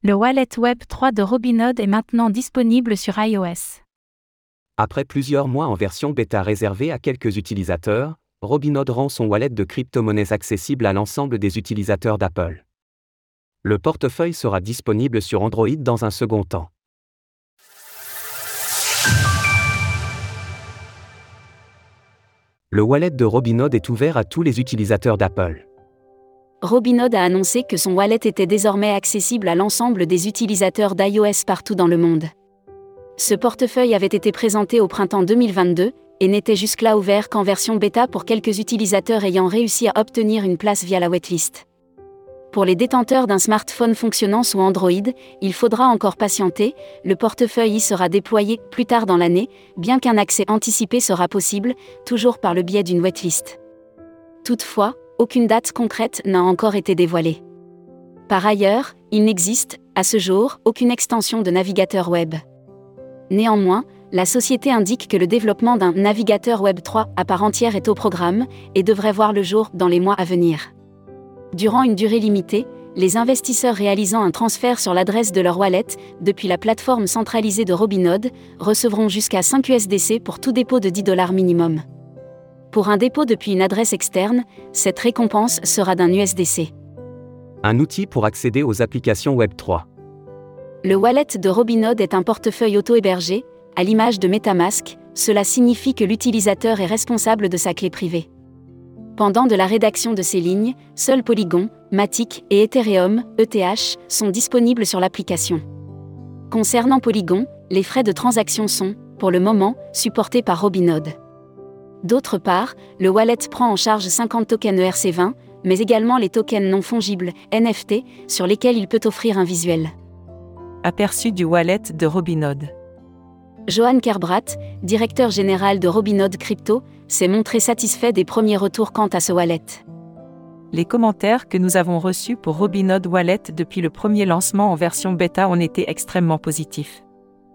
Le wallet Web3 de Robinhood est maintenant disponible sur iOS. Après plusieurs mois en version bêta réservée à quelques utilisateurs, Robinhood rend son wallet de crypto-monnaies accessible à l'ensemble des utilisateurs d'Apple. Le portefeuille sera disponible sur Android dans un second temps. Le wallet de Robinhood est ouvert à tous les utilisateurs d'Apple. Robinhood a annoncé que son wallet était désormais accessible à l'ensemble des utilisateurs d'iOS partout dans le monde. Ce portefeuille avait été présenté au printemps 2022 et n'était jusque-là ouvert qu'en version bêta pour quelques utilisateurs ayant réussi à obtenir une place via la waitlist. Pour les détenteurs d'un smartphone fonctionnant sous Android, il faudra encore patienter, le portefeuille y sera déployé plus tard dans l'année, bien qu'un accès anticipé sera possible, toujours par le biais d'une waitlist. Toutefois, aucune date concrète n'a encore été dévoilée. Par ailleurs, il n'existe, à ce jour, aucune extension de navigateur web. Néanmoins, la société indique que le développement d'un navigateur Web 3 à part entière est au programme et devrait voir le jour dans les mois à venir. Durant une durée limitée, les investisseurs réalisant un transfert sur l'adresse de leur wallet depuis la plateforme centralisée de Robinhood recevront jusqu'à 5 USDC pour tout dépôt de $10 minimum. Pour un dépôt depuis une adresse externe, cette récompense sera d'un USDC. Un outil pour accéder aux applications Web3. Le wallet de Robinhood est un portefeuille auto-hébergé, à l'image de MetaMask, cela signifie que l'utilisateur est responsable de sa clé privée. Pendant de la rédaction de ces lignes, seuls Polygon, Matic et Ethereum, ETH, sont disponibles sur l'application. Concernant Polygon, les frais de transaction sont, pour le moment, supportés par Robinhood. D'autre part, le wallet prend en charge 50 tokens ERC20, mais également les tokens non fongibles, NFT, sur lesquels il peut offrir un visuel. Aperçu du wallet de Robinhood. Johan Kerbrat, directeur général de Robinhood Crypto, s'est montré satisfait des premiers retours quant à ce wallet. Les commentaires que nous avons reçus pour Robinhood Wallet depuis le premier lancement en version bêta ont été extrêmement positifs.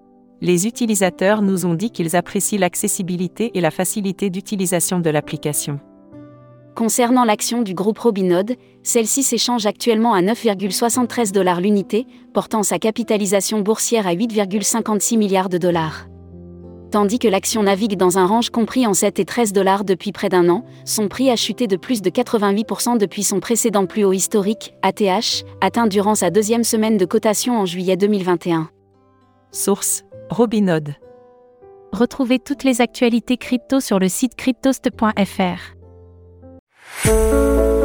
Les utilisateurs nous ont dit qu'ils apprécient l'accessibilité et la facilité d'utilisation de l'application. Concernant l'action du groupe Robinhood, celle-ci s'échange actuellement à $9,73 l'unité, portant sa capitalisation boursière à $8,56 milliards. Tandis que l'action navigue dans un range compris en $7 et $13 depuis près d'un an, son prix a chuté de plus de 88% depuis son précédent plus haut historique, ATH, atteint durant sa deuxième semaine de cotation en juillet 2021. Source: Robinhood. Retrouvez toutes les actualités crypto sur le site cryptost.fr.